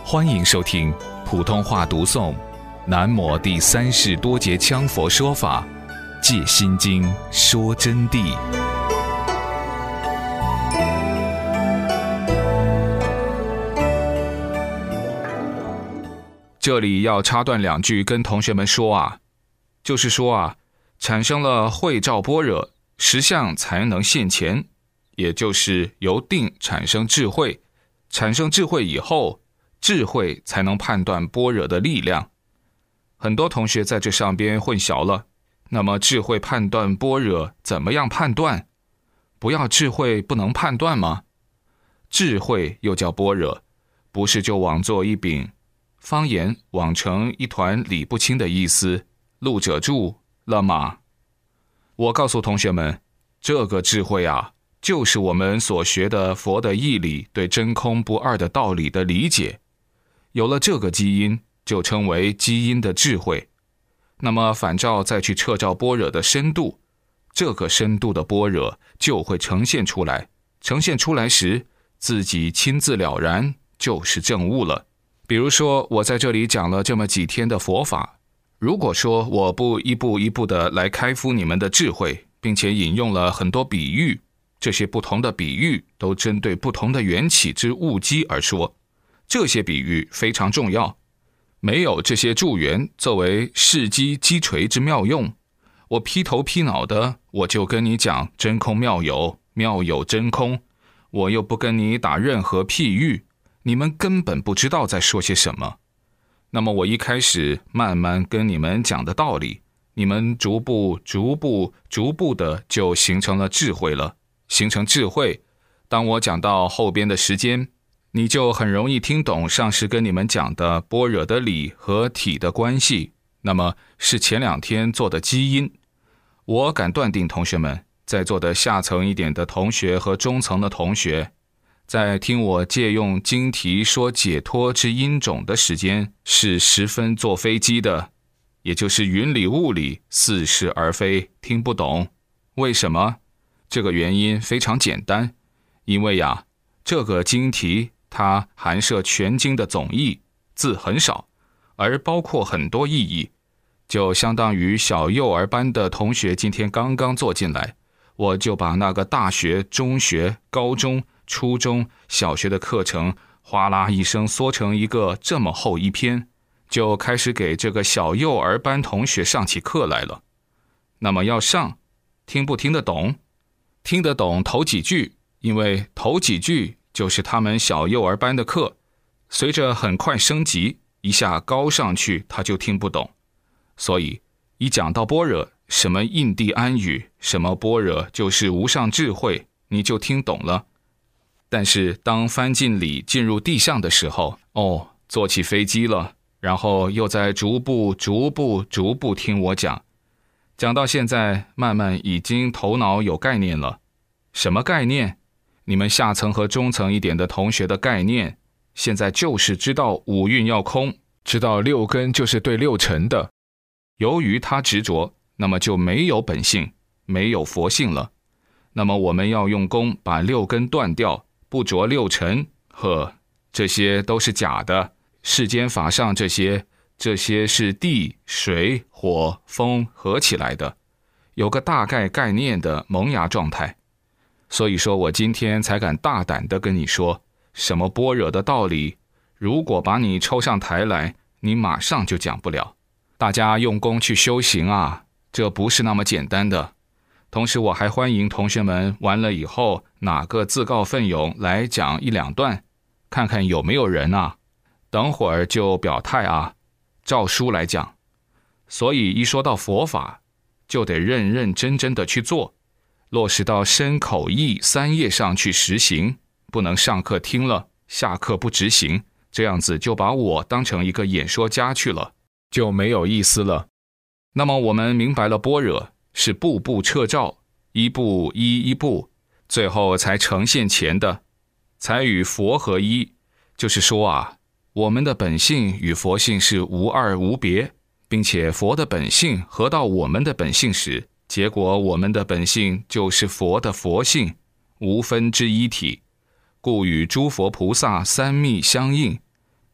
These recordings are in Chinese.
欢迎收听普通话读诵南摩第三世多杰羌佛说法借心经说真谛。这里要插断两句跟同学们说就是说产生了慧照般若，实相才能现前，也就是由定产生智慧，产生智慧以后，智慧才能判断般若的力量。很多同学在这上边混淆了，那么智慧判断般若怎么样判断？不要智慧不能判断吗？智慧又叫般若，不是就枉作一柄，方言枉成一团理不清的意思，路者住了吗？我告诉同学们，这个智慧就是我们所学的佛的义理对真空不二的道理的理解。有了这个基因，就称为基因的智慧。那么反照再去彻照般若的深度，这个深度的般若就会呈现出来，呈现出来时，自己亲自了然，就是证悟了。比如说我在这里讲了这么几天的佛法，如果说我不一步一步的来开敷你们的智慧，并且引用了很多比喻，这些不同的比喻都针对不同的缘起之物机而说，这些比喻非常重要。没有这些助缘作为示机击锤之妙用，我劈头劈脑的我就跟你讲真空妙有，妙有真空，我又不跟你打任何譬喻，你们根本不知道在说些什么。那么我一开始慢慢跟你们讲的道理，你们逐步的就形成了智慧了。形成智慧，当我讲到后边的时间，你就很容易听懂上师跟你们讲的般若的理和体的关系，那么是前2天做的基因。我敢断定同学们，在座的下层一点的同学和中层的同学，在听我借用经题说解脱之因种的时间，是十分坐飞机的，也就是云里雾里，似是而非，听不懂。为什么？这个原因非常简单，因为这个经题它含摄全经的总义，字很少，而包括很多意义，就相当于小幼儿班的同学今天刚刚坐进来，我就把那个大学、中学、高中、初中、小学的课程哗啦一声缩成一个这么厚一篇，就开始给这个小幼儿班同学上起课来了。那么要上，听不听得懂？听得懂头几句，因为头几句就是他们小幼儿班的课，随着很快升级，一下高上去他就听不懂。所以一讲到般若，什么印地安语，什么般若就是无上智慧，你就听懂了。但是当翻进理进入地相的时候，坐起飞机了，然后又在逐步听我讲，讲到现在慢慢已经头脑有概念了。什么概念？你们下层和中层一点的同学的概念，现在就是知道五蕴要空，知道六根就是对六尘的。由于他执着，那么就没有本性，没有佛性了。那么我们要用功把六根断掉，不着六尘，这些都是假的。世间法上这些是地、水、火、风合起来的，有个大概概念的萌芽状态。所以说我今天才敢大胆地跟你说，什么般若的道理，如果把你抽上台来，你马上就讲不了。大家用功去修行这不是那么简单的。同时我还欢迎同学们完了以后，哪个自告奋勇来讲1、2段，看看有没有人等会儿就表态照书来讲。所以一说到佛法，就得认认真真的去做，落实到身口意3业上去实行，不能上课听了，下课不执行，这样子就把我当成一个演说家去了，就没有意思了。那么我们明白了般若是步步彻照，一步一步，最后才呈现前的，才与佛合一。就是说我们的本性与佛性是无二无别，并且佛的本性合到我们的本性时，结果我们的本性就是佛的佛性，无分之一体，故与诸佛菩萨三密相应，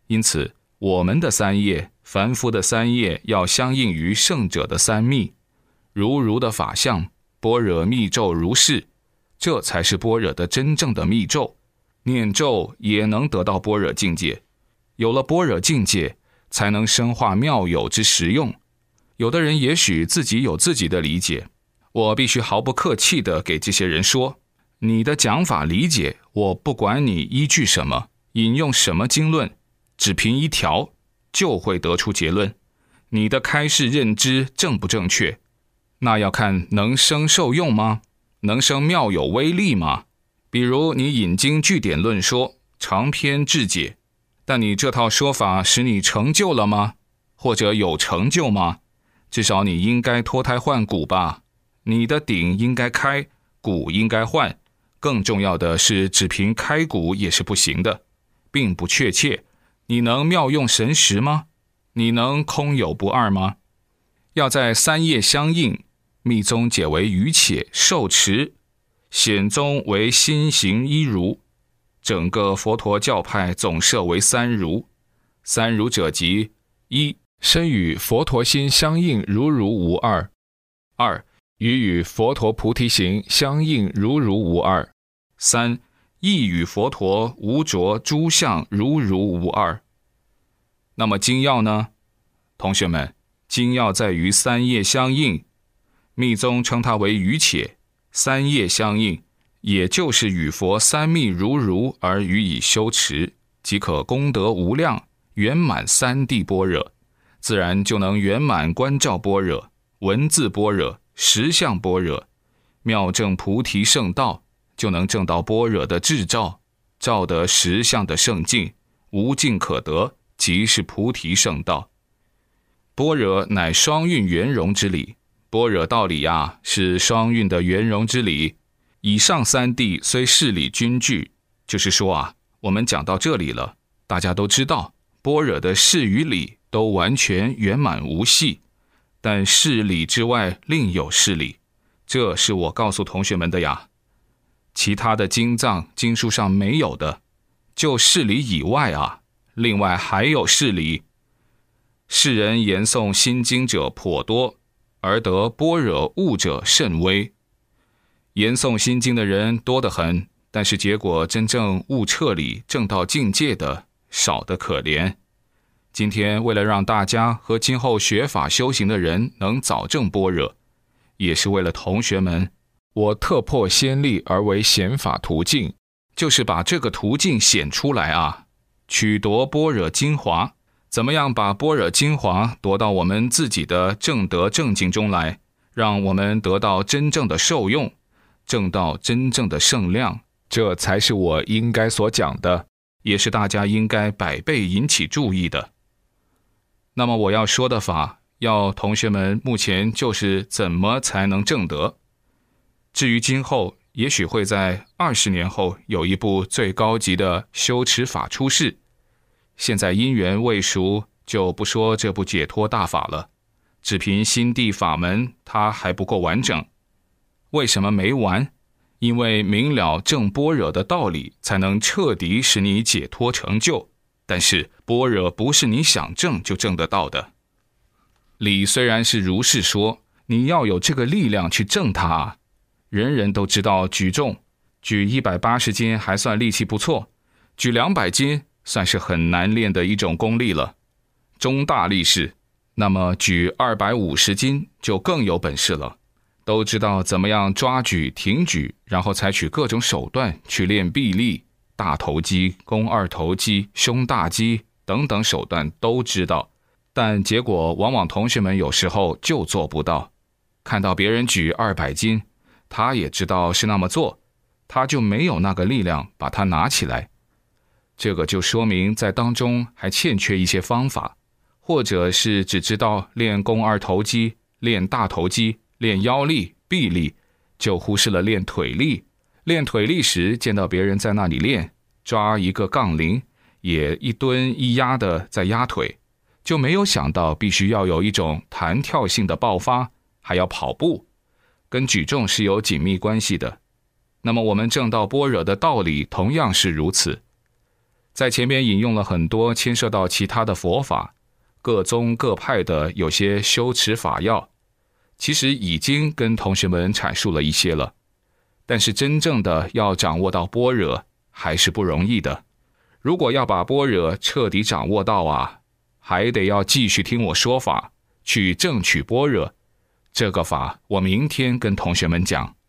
因此我们的三业，凡夫的三业要相应于圣者的三密，如的法相，般若密咒如是，这才是般若的真正的密咒。念咒也能得到般若境界，有了般若境界，才能深化妙有之实用。有的人也许自己有自己的理解，我必须毫不客气地给这些人说，你的讲法理解，我不管你依据什么，引用什么经论，只凭一条就会得出结论。你的开示认知正不正确，那要看能生受用吗？能生妙有威力吗？比如你引经据典论说，长篇致解，但你这套说法使你成就了吗？或者有成就吗？至少你应该脱胎换骨吧。你的顶应该开，骨应该换。更重要的是，只凭开骨也是不行的，并不确切。你能妙用神识吗？你能空有不二吗？要在三业相应，密宗解为余且受持，显宗为心行一如，整个佛陀教派总设为三如。三如者即：一、身与佛陀心相应如无二；二、与佛陀菩提行相应如无二；三、意与佛陀无着诸相如无二。那么精要呢？同学们，精要在于三业相应，密宗称它为余且。三业相应，也就是与佛三密如而予以修持，即可功德无量，圆满三谛般若，自然就能圆满观照般若、文字般若、实相般若，妙证菩提圣道，就能证到般若的智照，照得实相的圣境，无尽可得，即是菩提圣道。般若乃双运圆融之理，般若道理是双运的圆融之理。以上三谛虽事理均具，就是说我们讲到这里了，大家都知道般若的事与理都完全圆满无隙，但事理之外另有事理，这是我告诉同学们的呀。其他的经藏经书上没有的，就事理以外另外还有事理。世人言诵心经者颇多，而得般若悟者甚微。言诵心经的人多得很，但是结果真正悟彻理证到境界的少得可怜。今天为了让大家和今后学法修行的人能早证般若，也是为了同学们，我特破先例而为显法途径，就是把这个途径显出来取夺般若精华。怎么样把般若精华夺到我们自己的正德正境中来，让我们得到真正的受用，证到真正的圣量，这才是我应该所讲的，也是大家应该百倍引起注意的。那么我要说的法，要同学们目前就是怎么才能证得。至于今后，也许会在20年后有一部最高级的修持法出世。现在因缘未熟，就不说这部解脱大法了，只凭心地法门，它还不够完整。为什么没完？因为明了证般若的道理，才能彻底使你解脱成就。但是般若不是你想证就证得到的。理虽然是如是说，你要有这个力量去证它。人人都知道举重，举180斤还算力气不错，举200斤算是很难练的一种功力了，中大力士。那么举250斤就更有本事了，都知道怎么样抓举挺举，然后采取各种手段去练臂力，大头肌、肱二头肌、胸大肌等等手段都知道，但结果往往同学们有时候就做不到。看到别人举200斤，他也知道是那么做，他就没有那个力量把它拿起来。这个就说明在当中还欠缺一些方法，或者是只知道练肱二头肌、练大头肌、练腰力、臂力，就忽视了练腿力。练腿力时见到别人在那里练，抓一个杠铃，也一蹲一压的在压腿，就没有想到必须要有一种弹跳性的爆发，还要跑步，跟举重是有紧密关系的。那么我们证到般若的道理同样是如此。 在前面引用了很多牵涉到其他的佛法，各宗各派的有些修持法要，其实已经跟同学们阐述了一些了。但是真正的要掌握到般若还是不容易的。如果要把般若彻底掌握到啊，还得要继续听我说法，去证取般若。这个法我明天跟同学们讲。